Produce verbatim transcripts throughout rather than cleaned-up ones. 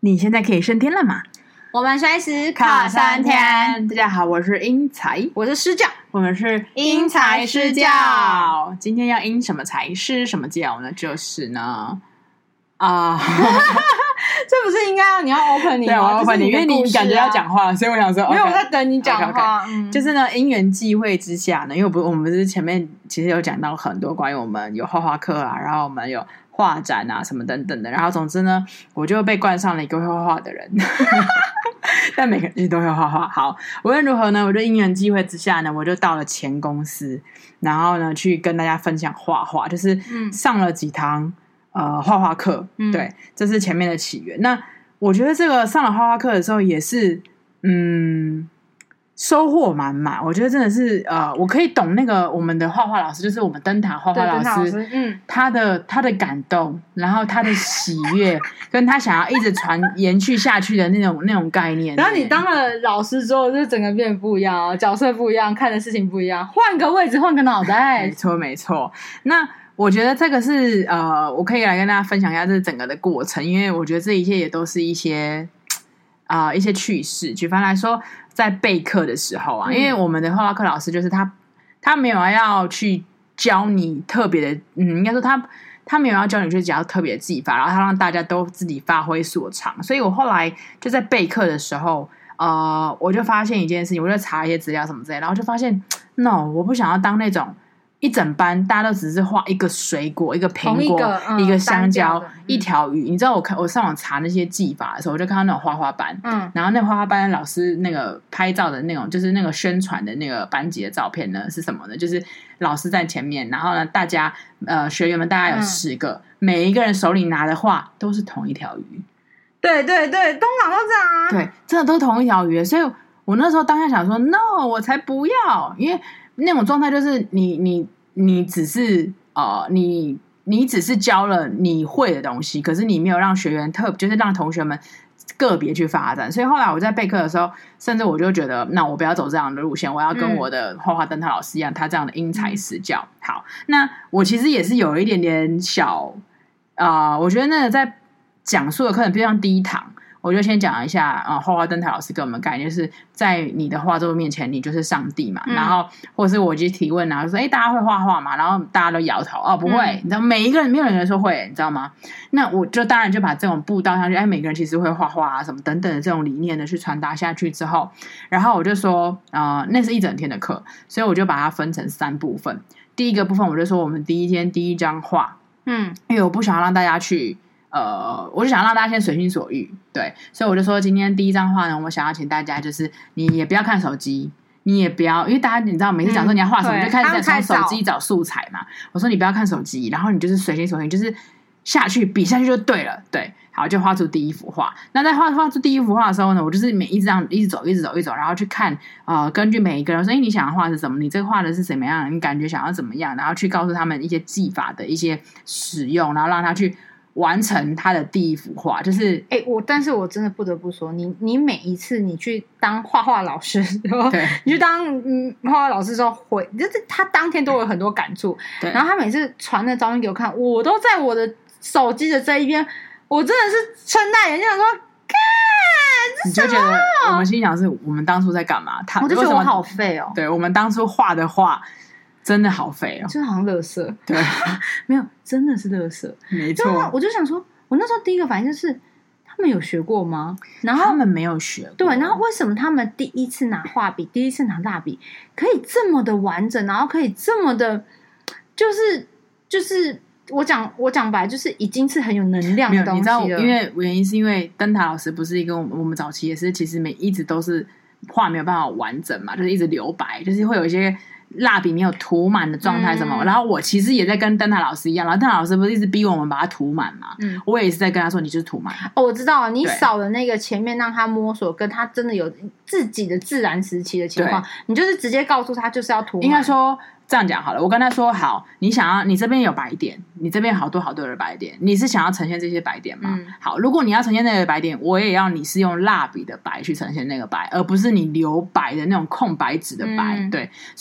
你现在可以升天了吗？ 我们随时考三天。大家好，我是因材， 我是施教， 我们是因材施教。今天要因什么材施什么教呢？就是呢，啊、呃， 这不是应该要你要 open 你吗？ 对，我 open 你，因为你感觉要讲话，所以我想说， 没有 okay, 我在等你讲话。 okay, okay. 嗯、就是呢，因缘际会之下呢，因为我不我们不是前面其实有讲到很多关于我们有画画课啊，然后我们有画展啊什么等等的，然后总之呢，我就被冠上了一个会画画的人。但每个人都会画画。好，无论如何呢，我就因缘际会之下呢，我就到了前公司，然后呢去跟大家分享画画，就是上了几堂、嗯、呃画画课、嗯、对，这是前面的起源。那我觉得这个上了画画课的时候也是嗯收获满满，我觉得真的是呃，我可以懂那个我们的画画老师，就是我们灯塔画画老师， 老师嗯， 他的他的感动，然后他的喜悦，跟他想要一直传延续下去的那种那种概念。 然后你当了老师之后，就整个变得不一样哦，角色不一样，看的事情不一样，换个位置，换个脑袋。 没错没错。那我觉得这个是呃，我可以来跟大家分享一下这整个的过程，因为我觉得这一切也都是一些啊、呃、一些趣事。举凡来说。在备课的时候啊，因为我们的画画课老师就是他，他没有要去教你特别的，嗯，应该说他他没有要教你去教特别的技法，然后他让大家都自己发挥所长。所以我后来就在备课的时候，呃，我就发现一件事情，我就查一些资料什么之类的，然后就发现 ，no， 我不想要当那种。一整班大家都只是画一个水果、一个苹果、 一个,、嗯、 一个香蕉、 嗯、 一条鱼。你知道我看我上网查那些技法的时候，我就看到那种画画班，嗯，然后那个画画班的老师那个拍照的那种，就是那个宣传的那个班级的照片呢，是什么呢？就是老师在前面，然后呢，大家呃学员们大概有十个、嗯，每一个人手里拿的画都是同一条鱼。 对对对，通常都这样啊。 对，真的都同一条鱼，所以我那时候当下想说 ，no， 我才不要，因为那种状态就是你你。你只是呃，你你只是教了你会的东西，可是你没有让学员特，就是让同学们个别去发展。所以后来我在备课的时候，甚至我就觉得，那我不要走这样的路线，我要跟我的画画灯塔老师一样，他这样的因材施教。好，那我其实也是有一点点小啊、呃，我觉得那个在讲述的课程，比如像第一堂。我就先讲一下啊，画画灯塔老师给我们概念，就是在你的画作面前，你就是上帝嘛。嗯、然后，或者是我去提问啊，就说：“哎，大家会画画吗？”然后大家都摇头，哦，不会。嗯、你知道，每一个人没有人说会，你知道吗？那我就当然就把这种布道上去，哎，每个人其实会画画啊，什么等等的这种理念呢，去传达下去之后，然后我就说，啊、呃，那是一整天的课，所以我就把它分成三部分。第一个部分，我就说我们第一天第一张画，嗯，因为我不想要让大家去。呃，我就想让大家先随心所欲，对，所以我就说今天第一张画呢，我想要请大家就是你也不要看手机，你也不要，因为大家你知道每次讲说你要画什么，嗯、就开始在从手机找素材嘛。我说你不要看手机，然后你就是随心所欲，就是下去比下去就对了，对，好，就画出第一幅画。那在画画出第一幅画的时候呢，我就是每一直这样一直走，一直走，一直走，然后去看呃，根据每一个人说，哎，你想要画的是什么？你这个画的是怎么样？你感觉想要怎么样？然后去告诉他们一些技法的一些使用，然后让他去。完成他的第一幅画，就是哎、欸，我但是我真的不得不说，你你每一次你去当画画老师，对，你去当嗯画画老师之后回，就是他当天都有很多感触，对。然后他每次传那照片给我看，我都在我的手机的这一边，我真的是睁大眼睛想说，看， 你就觉得我们心想是我们当初在干嘛？他我就觉得我好废哦， 对我们当初画的画。真的好废哦， 就好像垃圾。 对， 没有，真的是垃圾。 没错， 我就想说，我那时候第一个反应就是，他们有学过吗？然后他们没有学过。 对，然后为什么他们第一次拿画笔，第一次拿蜡笔，可以这么的完整，然后可以这么的，就是就是我讲我讲白，就是已经是很有能量的东西了。 你知道，因为原因是因为灯塔老师不是一个我们我们早期也是，其实每一直都是画没有办法完整嘛，就是一直留白，就是会有一些。蜡笔没有涂满的状态什么、嗯，然后我其实也在跟灯塔老师一样，然后灯塔老师不是一直逼我们把它涂满嘛，嗯，我也是在跟他说你就是涂满。 哦，我知道，你扫的那个前面让他摸索，跟他真的有自己的自然时期的情况，你就是直接告诉他就是要涂满。 应该说这样讲好了，我跟他说好，你想要你这边有白点，你这边好多好多的白点，你是想要呈现这些白点吗？嗯、好，如果你要呈现那个白点，我也要你是用蜡笔的白去呈现那个白，而不是你留白的那种空白纸的白、嗯，对，所以。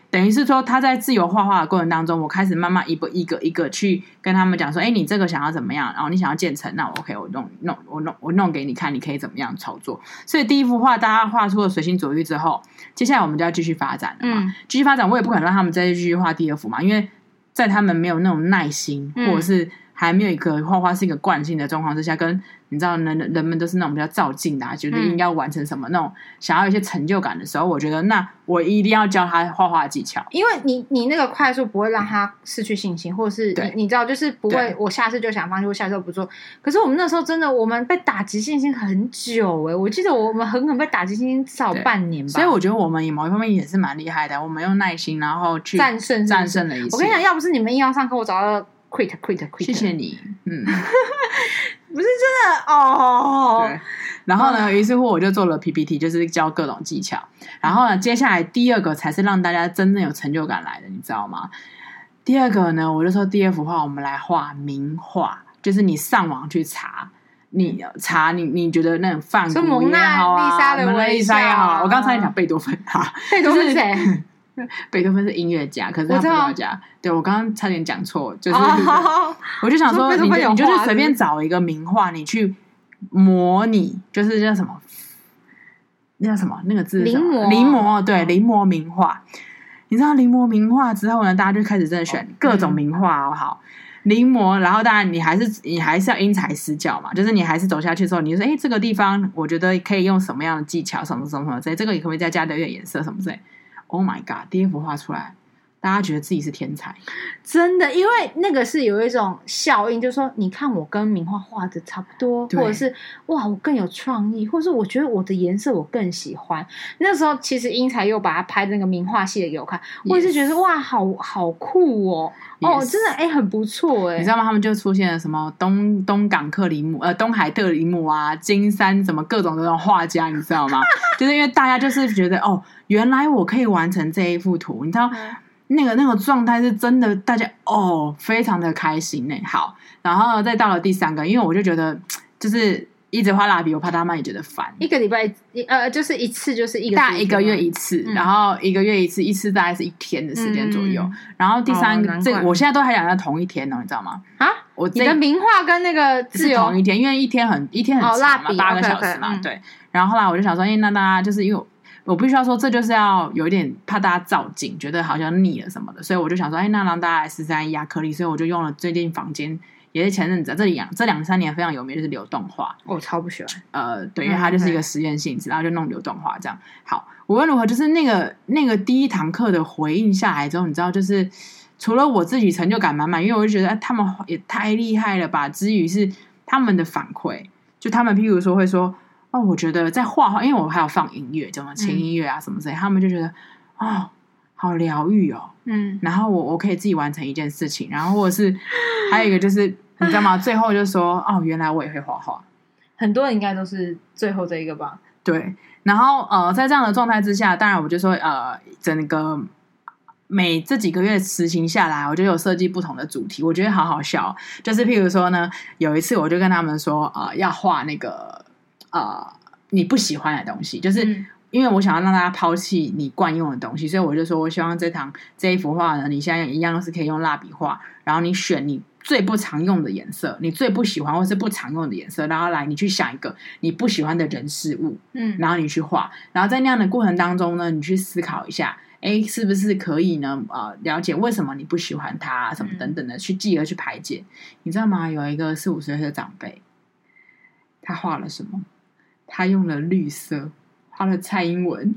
等于是说他在自由画画的过程当中，我开始慢慢一个一个一个去跟他们讲说，哎，你这个想要怎么样，然后你想要渐层，那我 OK 我弄弄我弄我弄给你看，你可以怎么样操作。所以第一幅画大家画出了随心所欲之后，接下来我们就要继续发展了嘛、嗯、继续发展我也不可能让他们再继续画第二幅嘛，因为在他们没有那种耐心、嗯、或者是还没有一个画画是一个惯性的状况之下，跟你知道人人们都是那种比较躁进的、啊、觉得应该要完成什么、嗯、那种想要有一些成就感的时候，我觉得那我一定要教他画画的技巧， 因为你你那个快速不会让他失去信心，或者是 你, 你知道就是不会我下次就想放弃，我下次就不做。可是我们那时候真的我们被打击信心很久诶、欸、我记得我们狠狠被打击信心至少半年吧。 所以我觉得我们某一方面也是蛮厉害的，我们用耐心然后去战胜战胜了一切。 我跟你讲，要不是你们硬要上课，我找到quit quit quit， 谢谢你，嗯， 不是真的哦。 对，然后呢，于是乎我就做了 P P T， 就是教各种技巧。然后呢，接下来第二个才是让大家真正有成就感来的，你知道吗？第二个呢，我就说第二幅画我们来画名画，就是你上网去查。你查你你觉得那种梵谷也好啊，蒙娜丽莎也好啊，我刚才讲贝多芬哈， 贝多芬是谁？ 贝多芬是音乐家，可是他不是画家。对，我刚刚差点讲错，就是、oh, 我就想说，你你就是随便找一个名画，你去模拟，就是叫什么？那叫什么？那个字是什么？临摹，临摹，对，临摹名画。你知道临摹名画之后呢，大家就开始真的选各种名画哦，好。临摹，然后当然你还是你还是要因材施教嘛，就是你还是走下去的时候，你就说，哎，这个地方我觉得可以用什么样的技巧，什么什么什么之类，这个也可不可以再加点颜色什么之类。Oh my god！ 第一幅画出来，大家觉得自己是天才， 真的，因为那个是有一种效应，就是说，你看我跟名画画的差不多，或者是哇，我更有创意，或者是我觉得我的颜色我更喜欢。那时候其实英才又把它拍那个名画系的给我看， yes. 我也是觉得哇，好好酷哦， yes. 哦，真的哎，很不错哎。 你知道吗？他们就出现了什么东东港克里姆、呃东海特里姆啊、金山什么各种的那种画家，你知道吗？就是因为大家就是觉得哦，原来我可以完成这一幅图，你知道。嗯，那个那个状态是真的，大家哦非常的开心呢。好，然后再到了第三个，因为我就觉得就是一直画蜡笔，我怕他们也觉得烦。 一个礼拜呃，就是一次就是一个大一个月一次、嗯，然后一个月一次，一次大概是一天的时间左右。嗯、然后第三个，哦、这个我现在都还想在同一天哦，你知道吗？ 啊，我你的名画跟那个自由是同一天，因为一天很一天很长嘛，八、哦、个小时嘛， okay, okay, 对。然后后来我就想说，哎、欸，那大家就是因为。我必须要说，这就是要有一点怕大家躁进，觉得好像腻了什么的，所以我就想说，哎，那让大家来试试看亚克力，所以我就用了最近房间也是前阵子这两这两三年非常有名，就是流动画。 我超不喜欢， 呃，对，因为它就是一个实验性质，然后就弄流动画这样。好，无论如何，就是那个那个第一堂课的回应下来之后，你知道，就是除了我自己成就感满满，因为我就觉得、哎、他们也太厉害了吧，之余是他们的反馈，就他们譬如说会说。哦，我觉得在画画，因为我还有放音乐，这种轻音乐啊什么之类、嗯，他们就觉得哦，好疗愈哦，嗯，然后我我可以自己完成一件事情，然后或者是还有一个就是你知道吗？最后就说哦，原来我也会画画， 很多人应该都是最后这一个吧？ 对，然后呃，在这样的状态之下，当然我就说呃，整个每这几个月实行下来，我就有设计不同的主题，我觉得好好笑，就是譬如说呢，有一次我就跟他们说呃，要画那个。呃，你不喜欢的东西，就是因为我想要让大家抛弃你惯用的东西，所以我就说我希望这堂这一幅画呢，你现在一样是可以用蜡笔画，然后你选你最不常用的颜色，你最不喜欢或是不常用的颜色，然后来你去想一个你不喜欢的人事物，嗯，然后你去画，然后在那样的过程当中呢，你去思考一下，哎，是不是可以呢？呃，了解为什么你不喜欢它，什么等等的，去继而去排解。你知道吗？有一个四五十岁的长辈，他画了什么？他用了绿色，画了蔡英文。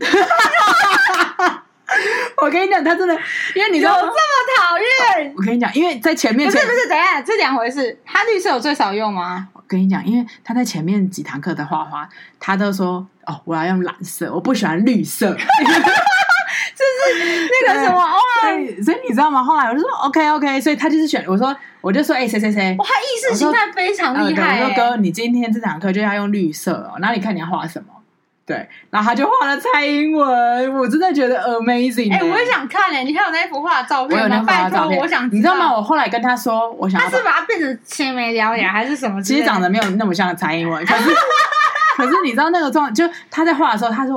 我跟你讲，他真的，因为你知道有这么讨厌。 我跟你讲，因为在前面前， 不是不是，等一下，这两回事。他绿色有最少用吗？ 我跟你讲，因为他在前面几堂课的画画，他都说哦，我要用蓝色，我不喜欢绿色。就是那个什么哇，所以所以你知道吗？后来我就说 OK OK， 所以他就是选我说我就说哎谁谁谁， 哇，他意识形态非常厉害、欸。 我说哥，你今天这堂课就要用绿色哦，那你看你要画什么？对，然后他就画了蔡英文，我真的觉得 amazing、欸。 哎、欸，我也想看哎、欸，你还有那幅画的照片吗？ 我有那幅画的照片， 我想知道， 你知道吗？我后来跟他说，我想要他是把它变成千眉獠牙还是什么？ 其实长得没有那么像蔡英文，可是可是你知道那个状，就他在画的时候，他说。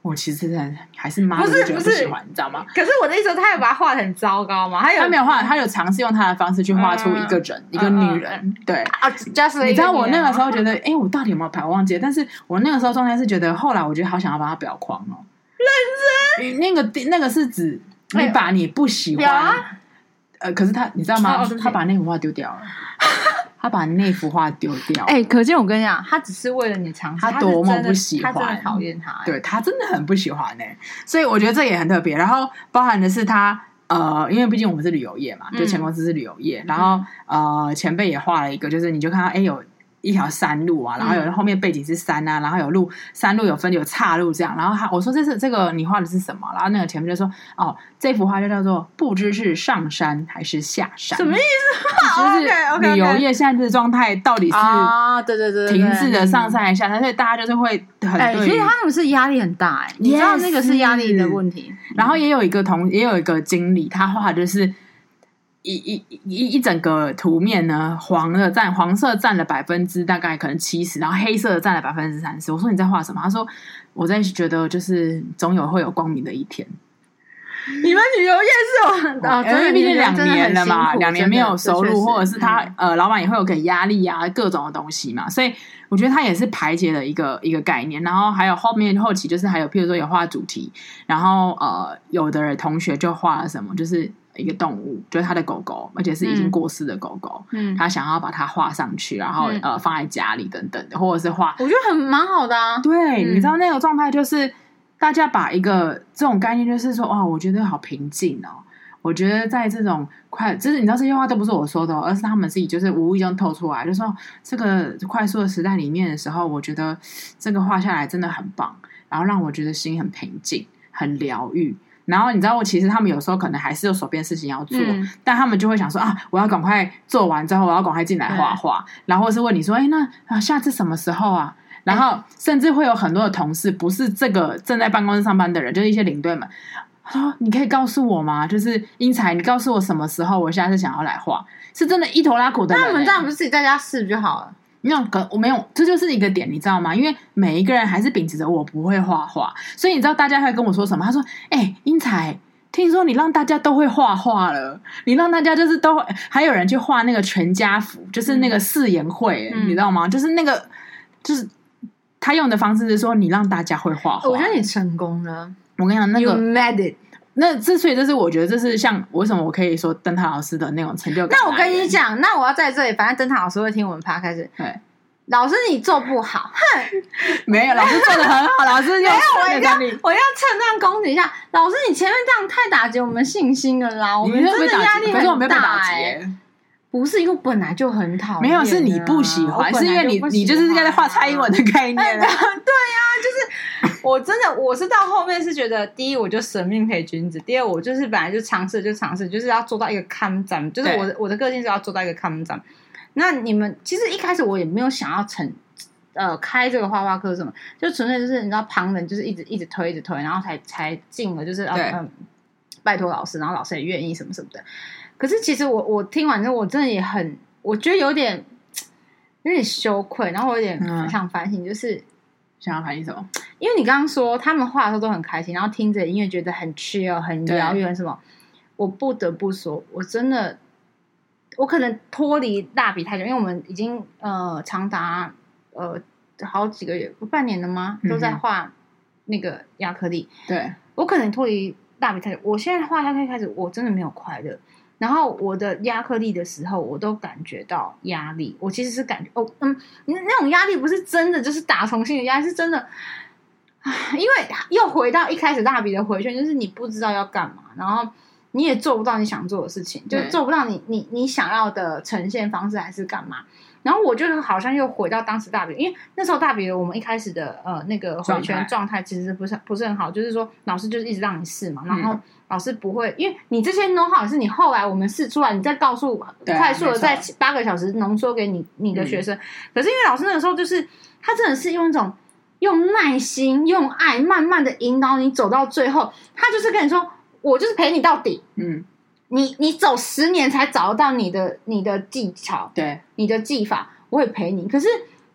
我其实很还是妈的就觉得不喜欢，你知道吗？ 可是我的意思，他有把他画得很糟糕吗？他有他没有画，他有尝试用他的方式去画出一个人，嗯、一个女人。嗯、对啊，就是你知道我那个时候觉得，哎、欸，我到底有没有排？我忘记了。但是我那个时候状态是觉得，后来我觉得好想要把他裱框哦。认真？那个那个是指你把你不喜欢，啊、呃，可是他你知道吗？哦、他把那幅画丢掉了。他把那幅画丢掉， 哎、欸，可见我跟你讲，他只是为了你尝试， 他多么不喜欢， 他真的讨厌他、欸， 对他真的很不喜欢呢、欸。所以我觉得这也很特别。然后包含的是他，呃，因为毕竟我们是旅游业嘛，就前公司是旅游业，嗯、然后呃，前辈也画了一个，就是你就看到，哎、欸、有。一条山路啊，然后有后面背景是山啊，然后有路山路有分有岔路这样，然后他我说这是这个你画的是什么？然后那个前辈就说哦，这幅画就叫做不知是上山还是下山， 什么意思？ 就是旅游业现在这状态到底是啊，对对对， 停滞的上山还是下山，所以大家就是会很对、欸， 其实他们是压力很大哎、欸，你知道那个是压力的问题。 然后也有一个同也有一个经理，他画的就是。一一一一整个图面呢，黄的占黄色占了百分之大概可能七十，然后黑色的占了百分之三十。我说你在画什么？他说我在觉得就是总有会有光明的一天。 你们旅游业是有， 哦、因为毕竟两年了嘛，两年没有收入，或者是他、嗯、呃老板也会有给压力啊，各种的东西嘛，所以我觉得他也是排解的一个一个概念。然后还有后面后期就是还有譬如说有画主题，然后呃有的人同学就画了什么就是。一个动物，就是他的狗狗，而且是已经过世的狗狗。嗯，他想要把它画上去，然后、嗯、呃放在家里等等的，或者是画， 我觉得很蛮好的啊。 对，嗯、你知道那个状态就是大家把一个这种概念，就是说哇，我觉得好平静哦。我觉得在这种快，就是你知道这些话都不是我说的、哦，而是他们自己就是无意中透出来，就说这个快速的时代里面的时候，我觉得这个画下来真的很棒，然后让我觉得心很平静，很疗愈。然后你知道我其实他们有时候可能还是有手边事情要做、嗯、但他们就会想说啊我要赶快做完之后我要赶快进来画画、嗯、然后是问你说哎那、啊、下次什么时候啊然后甚至会有很多的同事不是这个正在办公室上班的人就是一些领队们他说你可以告诉我吗就是英才你告诉我什么时候我下次想要来画是真的一头拉苦的人、欸、 那你们这样不是自己在家试就好了没有，可我没有，这就是一个点，你知道吗？因为每一个人还是秉持着我不会画画，所以你知道大家会跟我说什么？他说：“哎、欸，英才，听说你让大家都会画画了，你让大家就是都会，还有人去画那个全家福，就是那个誓言会、嗯，你知道吗？就是那个，就是他用的方式是说你让大家会画画。 我觉得你成功了， 我跟你讲，那个 You made it。” 那之所以这是我觉得这是像为什么我可以说灯塔老师的那种成就感。 那我跟你讲，那我要在这里，反正灯塔老师会听我们 podcast。对，老师你做不好，哼， 没有，老师做得很好，老师没有，我要我要趁这样恭喜一下，老师你前面这样太打击我们信心了啦，我们真的压力很大哎、欸。不是因为本来就很讨厌， 没有是你不喜欢，是因为你你就是在画蔡英文的概念、啊。 对呀、啊，就是我真的我是到后面是觉得，第一我就舍命陪君子，第二我就是本来就尝试就尝试，就是要做到一个抗战，就是我的我的个性是要做到一个抗战。那你们其实一开始我也没有想要成呃开这个画画课什么，就纯粹就是你知道旁人就是一直一直推一直推，然后才才进了，就是嗯、呃、拜托老师，然后老师也愿意什么什么的。可是其实我我听完之后，我真的也很，我觉得有点有点羞愧，然后我有点想反省，就是、嗯、 想要反省什么？ 因为你刚刚说他们画的时候都很开心，然后听着音乐觉得很 chill 很疗愈，很什么？我不得不说，我真的，我可能脱离蜡笔太久，因为我们已经呃长达呃好几个月，半年了吗？都在画那个亚克力。 对， 我可能脱离蜡笔太久，我现在画亚克力开始，我真的没有快乐。然后我的亚克力的时候，我都感觉到压力。我其实是感觉哦，嗯，那种压力不是真的，就是打从心里压力，是真的。因为又回到一开始蜡笔的回圈，就是你不知道要干嘛，然后你也做不到你想做的事情，就做不到你你你想要的呈现方式，还是干嘛？然后我就好像又回到当时大笔，因为那时候大笔我们一开始的呃那个回圈状态其实不是不是很好，就是说老师就是一直让你试嘛，然后。嗯老师不会，因为你这些 know how 是你后来我们试出来，你再告诉快速的在八个小时浓缩给你你的学生、嗯。可是因为老师那个时候就是他真的是用一种用耐心、用爱，慢慢的引导你走到最后。他就是跟你说，我就是陪你到底。嗯，你你走十年才找得到你的你的技巧， 对， 你的技法，我也陪你。可是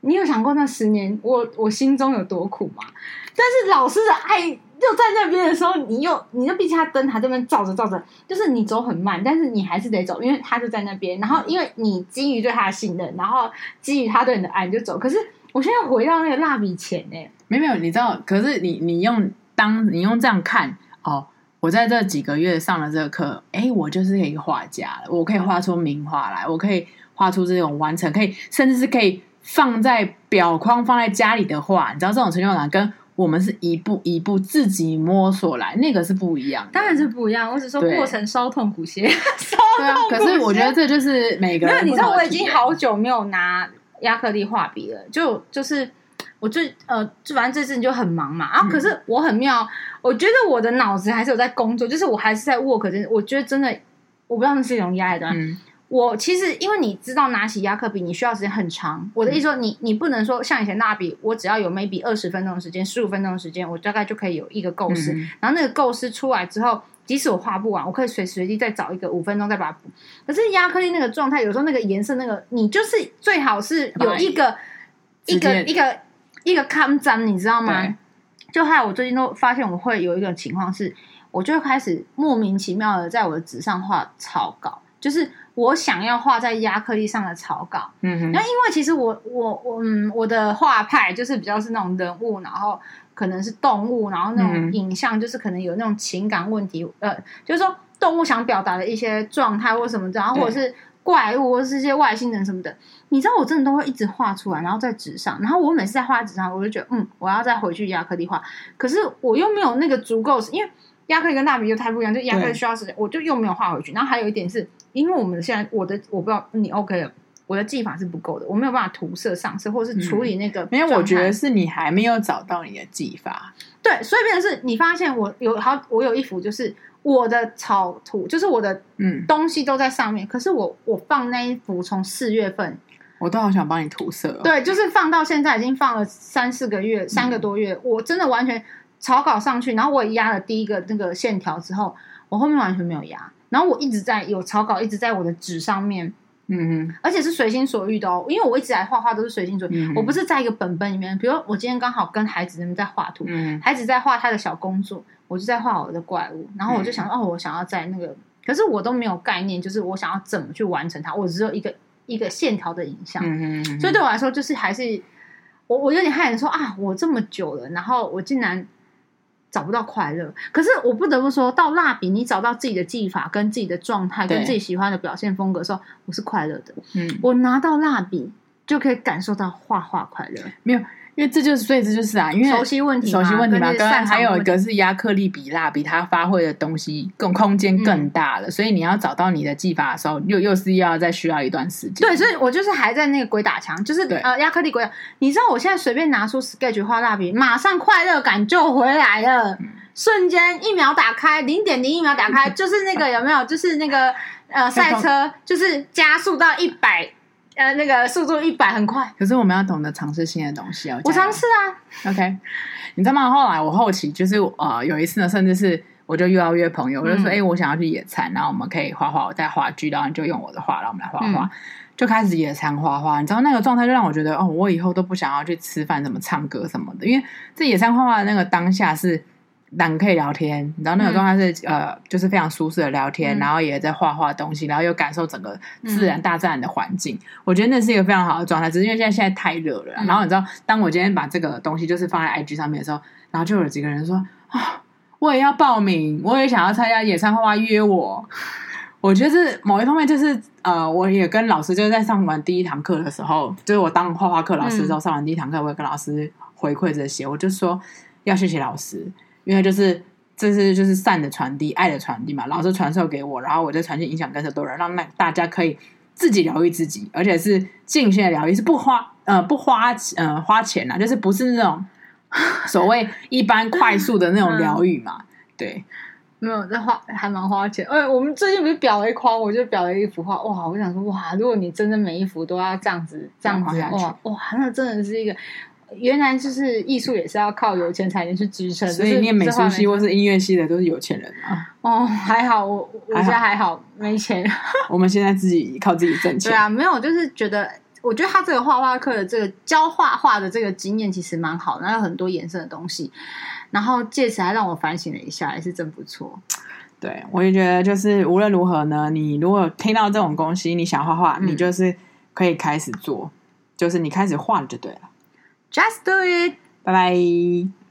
你有想过那十年我我心中有多苦吗？但是老师的爱又在那边的时候，你又你就毕竟他灯还在那边照着照着，就是你走很慢，但是你还是得走，因为他就在那边。然后因为你基于对他的信任，然后基于他对你的爱，你就走。可是我现在回到那个蜡笔前哎、欸， 没有没有，你知道？可是你你用当你用这样看哦，我在这几个月上了这个课，哎，我就是一个画家了，我可以画出名画来，我可以画出这种完成，可以甚至是可以放在裱框放在家里的画，你知道这种成就感跟我们是一步一步自己摸索来，那个是不一样的。 当然是不一样，我只说过程稍痛苦些，稍痛苦些。 可是我觉得这就是每个人不同的体验。 那你知道我已经好久没有拿亚克力画笔了，就就是我最呃，就反正这次就很忙嘛。啊，可是我很妙，我觉得我的脑子还是有在工作，就是我还是在 work。真的，我觉得真的，我不知道那是一种压力的。嗯我其实因为你知道拿起亚克笔你需要时间很长，我的意思说你你不能说像以前蜡笔我只要有 maybe 二十分钟的时间十五分钟的时间我大概就可以有一个构思、嗯、然后那个构思出来之后即使我画不完我可以随时随地再找一个五分钟再把它补。可是亚克力那个状态有时候那个颜色那个你就是最好是有一个一个一个一个看展你知道吗？就害我最近都发现我会有一个情况是我就会开始莫名其妙的在我的纸上画草稿，就是我想要画在亚克力上的草稿，嗯哼，那因为其实我我我嗯我的画派就是比较是那种人物，然后可能是动物，然后那种影像就是可能有那种情感问题，嗯、呃，就是说动物想表达的一些状态或什么的，然后或者是怪物或是一些外星人什么的，你知道我真的都会一直画出来，然后在纸上，然后我每次在画纸上，我就觉得嗯，我要再回去亚克力画，可是我又没有那个足够，因为亚克力跟蜡笔又太不一样，就亚克力需要时间，我就又没有画回去。然后还有一点是，因为我们现在我的我不知道你 OK 了，我的技法是不够的，我没有办法涂色上色，或者是处理那个、嗯。 因为我觉得是你还没有找到你的技法。 对，所以变成是你发现我有好，我有一幅就是我的草图，就是我的嗯东西都在上面，嗯、可是我我放那一幅从四月份。 我都好想帮你涂色、哦。 对，就是放到现在已经放了三四个月，三个多月，嗯、我真的完全。草稿上去，然后我也压了第一个那个线条之后，我后面完全没有压，然后我一直在有草稿一直在我的纸上面，嗯哼，而且是随心所欲的哦，因为我一直来画画都是随心所欲、嗯，我不是在一个本本里面，比如我今天刚好跟孩子他们在画图，嗯，孩子在画他的小公主，我就在画我的怪物，然后我就想、嗯、哦，我想要在那个，可是我都没有概念，就是我想要怎么去完成它，我只有一个一个线条的影像，嗯哼，所以对我来说就是还是我我有点害人说啊，我这么久了，然后我竟然。找不到快乐，可是我不得不说到蜡笔你找到自己的技法跟自己的状态跟自己喜欢的表现风格的时候我是快乐的。嗯，我拿到蜡笔就可以感受到画画快乐。 没有，因为这就是所以这就是啊，因为熟悉问题熟悉问题嘛，跟还有一个是亚克力笔蜡笔它发挥的东西更空间更大了、嗯、所以你要找到你的技法的时候又又是要再需要一段时间。 对，所以我就是还在那个鬼打墙，就是呃亚克力鬼打，你知道我现在随便拿出 sketch 画蜡笔马上快乐感就回来了、嗯、瞬间一秒打开 零点零一 秒打开就是那个有没有就是那个呃赛车就是加速到一百呃，那个速度一百很快， 可是我们要懂得尝试新的东西哦。 我尝试啊 ，OK， 你知道吗？后来我后期就是呃有一次呢，甚至是我就又要约朋友，我就说，哎、嗯欸，我想要去野餐，然后我们可以画画，我带画具，然后你就用我的画，然后我们来画画、嗯，就开始野餐画画。你知道那个状态就让我觉得，哦，我以后都不想要去吃饭、怎么唱歌什么的，因为这野餐画画的那个当下是。人可以聊天，你知道那个状态是、嗯、呃，就是非常舒适的聊天、嗯，然后也在画画东西，然后又感受整个自然、嗯、大自然的环境。我觉得那是一个非常好的状态，只是因为现在现在太热了、嗯。然后你知道，当我今天把这个东西就是放在 I G 上面的时候，然后就有几个人说啊，我也要报名，我也想要参加野餐画画，约我。我觉得是某一方面就是呃，我也跟老师就是在上完第一堂课的时候，就是我当画画课老师的时候、嗯、上完第一堂课，我也跟老师回馈这些，我就说要谢谢老师。因为就是这是就是善的传递爱的传递嘛，老师传授给我，然后我再传递影响更多人，让大家可以自己疗愈自己，而且是尽心的疗愈，是不花呃不花呃花钱啦，就是不是那种所谓一般快速的那种疗愈嘛、嗯、对， 没有这花还蛮花钱。哎，我们最近不是裱了一筐，我就裱了一幅画，哇！我想说，哇，如果你真的每一幅都要这样子这样子哇哇，那真的是一个。原来就是艺术也是要靠有钱才能去支撑， 所以念美术系或是音乐系的都是有钱人啊。 哦，还好我我现在还好没钱。 我们现在自己靠自己挣钱。 对啊，没有，就是觉得我觉得他这个画画课的这个教画画的这个经验其实蛮好的，有很多颜色的东西，然后借此还让我反省了一下，也是真不错。 对，我也觉得就是无论如何呢，你如果听到这种东西，你想画画，嗯、你就是可以开始做，就是你开始画了就对了。 Just do it， 拜拜。